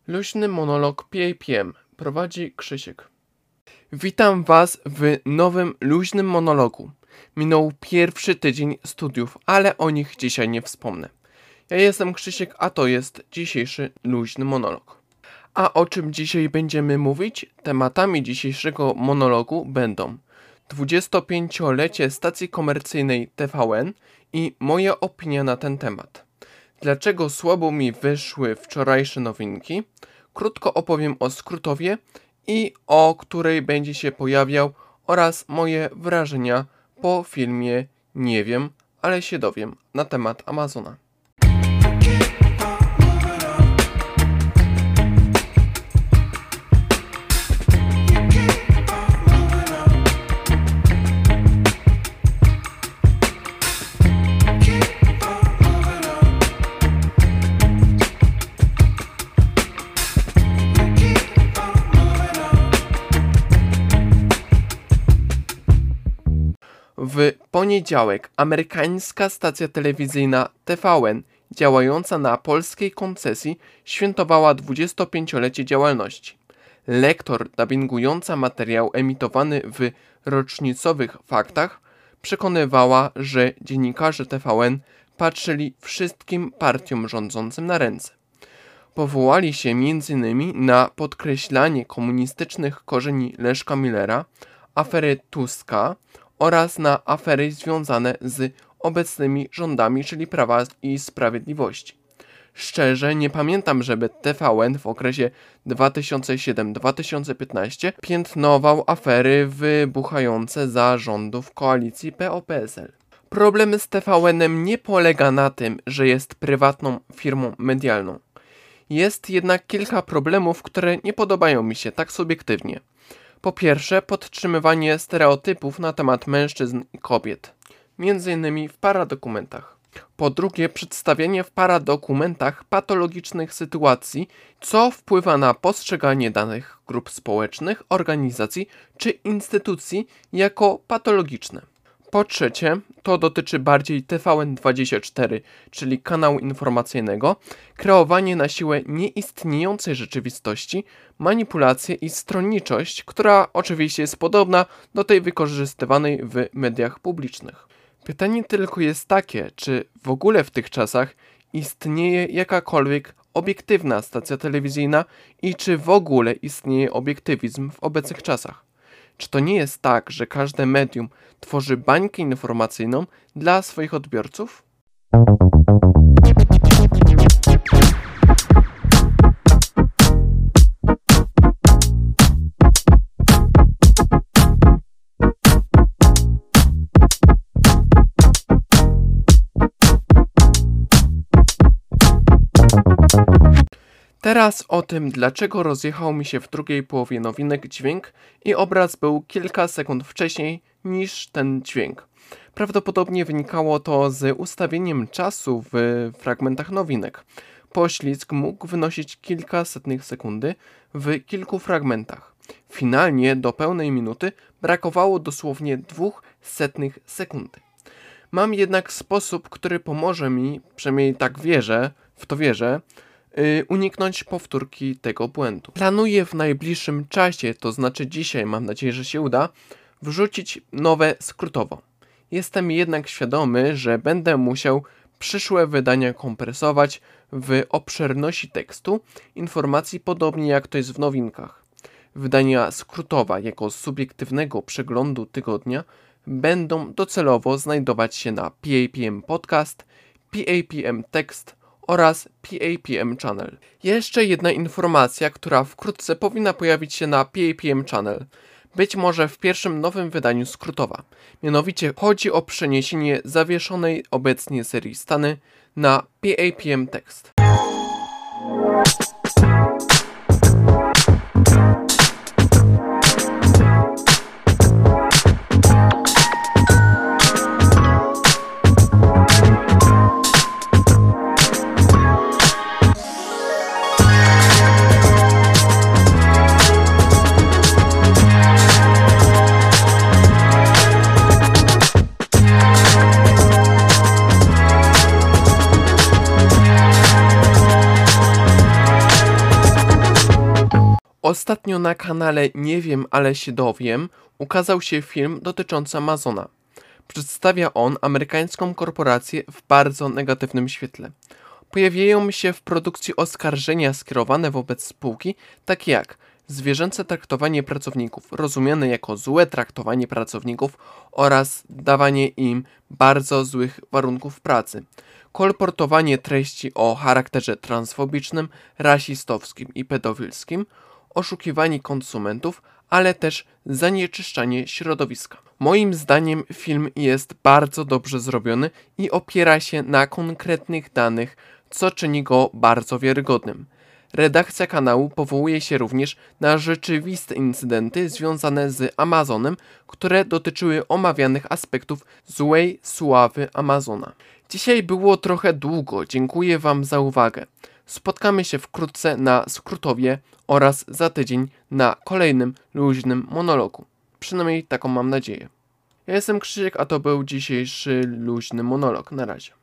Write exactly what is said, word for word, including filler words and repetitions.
Luźny monolog P A P M prowadzi Krzysiek. Witam Was w nowym luźnym monologu. Minął pierwszy tydzień studiów, ale o nich dzisiaj nie wspomnę. Ja jestem Krzysiek, a to jest dzisiejszy luźny monolog. A o czym dzisiaj będziemy mówić? Tematami dzisiejszego monologu będą dwudziestopięciolecie stacji komercyjnej T V N i moja opinia na ten temat. Dlaczego słabo mi wyszły wczorajsze nowinki? Krótko opowiem o skrótowie i o której będzie się pojawiał oraz moje wrażenia po filmie Nie wiem, ale się dowiem na temat Amazona. W poniedziałek amerykańska stacja telewizyjna T V N, działająca na polskiej koncesji, świętowała dwudziestopięciolecie działalności. Lektor dubbingująca materiał emitowany w rocznicowych faktach przekonywała, że dziennikarze T V N patrzyli wszystkim partiom rządzącym na ręce. Powołali się między innymi na podkreślanie komunistycznych korzeni Leszka Millera, afery Tuska oraz na afery związane z obecnymi rządami, czyli Prawa i Sprawiedliwości. Szczerze nie pamiętam, żeby T V N w okresie dwa tysiące siódmy do dwa tysiące piętnastego piętnował afery wybuchające za rządów koalicji P O P S L. Problem z T V N-em nie polega na tym, że jest prywatną firmą medialną. Jest jednak kilka problemów, które nie podobają mi się tak subiektywnie. Po pierwsze, podtrzymywanie stereotypów na temat mężczyzn i kobiet, między innymi w paradokumentach. Po drugie, przedstawianie w paradokumentach patologicznych sytuacji, co wpływa na postrzeganie danych grup społecznych, organizacji czy instytucji jako patologiczne. Po trzecie, to dotyczy bardziej T V N dwadzieścia cztery, czyli kanału informacyjnego, kreowanie na siłę nieistniejącej rzeczywistości, manipulacje i stronniczość, która oczywiście jest podobna do tej wykorzystywanej w mediach publicznych. Pytanie tylko jest takie, czy w ogóle w tych czasach istnieje jakakolwiek obiektywna stacja telewizyjna i czy w ogóle istnieje obiektywizm w obecnych czasach. Czy to nie jest tak, że każde medium tworzy bańkę informacyjną dla swoich odbiorców? Teraz o tym, dlaczego rozjechał mi się w drugiej połowie nowinek dźwięk i obraz był kilka sekund wcześniej niż ten dźwięk. Prawdopodobnie wynikało to z ustawieniem czasu w fragmentach nowinek. Poślizg mógł wynosić kilka setnych sekundy w kilku fragmentach. Finalnie do pełnej minuty brakowało dosłownie dwóch setnych sekundy. Mam jednak sposób, który pomoże mi, przynajmniej tak wierzę, w to wierzę, Yy, uniknąć powtórki tego błędu. Planuję w najbliższym czasie, to znaczy dzisiaj, mam nadzieję, że się uda, wrzucić nowe skrótowo. Jestem jednak świadomy, że będę musiał przyszłe wydania kompresować w obszerności tekstu, informacji podobnie jak to jest w nowinkach. Wydania skrótowa jako subiektywnego przeglądu tygodnia będą docelowo znajdować się na P A P M Podcast, P A P M Tekst oraz P A P M Channel. Jeszcze jedna informacja, która wkrótce powinna pojawić się na P A P M Channel. Być może w pierwszym nowym wydaniu skrótowa. Mianowicie chodzi o przeniesienie zawieszonej obecnie serii Stany na P A P M Tekst. Ostatnio na kanale Nie wiem, ale się dowiem ukazał się film dotyczący Amazona. Przedstawia on amerykańską korporację w bardzo negatywnym świetle. Pojawiają się w produkcji oskarżenia skierowane wobec spółki, takie jak zwierzęce traktowanie pracowników, rozumiane jako złe traktowanie pracowników oraz dawanie im bardzo złych warunków pracy, kolportowanie treści o charakterze transfobicznym, rasistowskim i pedofilskim, oszukiwanie konsumentów, ale też zanieczyszczanie środowiska. Moim zdaniem film jest bardzo dobrze zrobiony i opiera się na konkretnych danych, co czyni go bardzo wiarygodnym. Redakcja kanału powołuje się również na rzeczywiste incydenty związane z Amazonem, które dotyczyły omawianych aspektów złej sławy Amazona. Dzisiaj było trochę długo, dziękuję Wam za uwagę. Spotkamy się wkrótce na skrótowie oraz za tydzień na kolejnym luźnym monologu. Przynajmniej taką mam nadzieję. Ja jestem Krzysiek, a to był dzisiejszy luźny monolog. Na razie.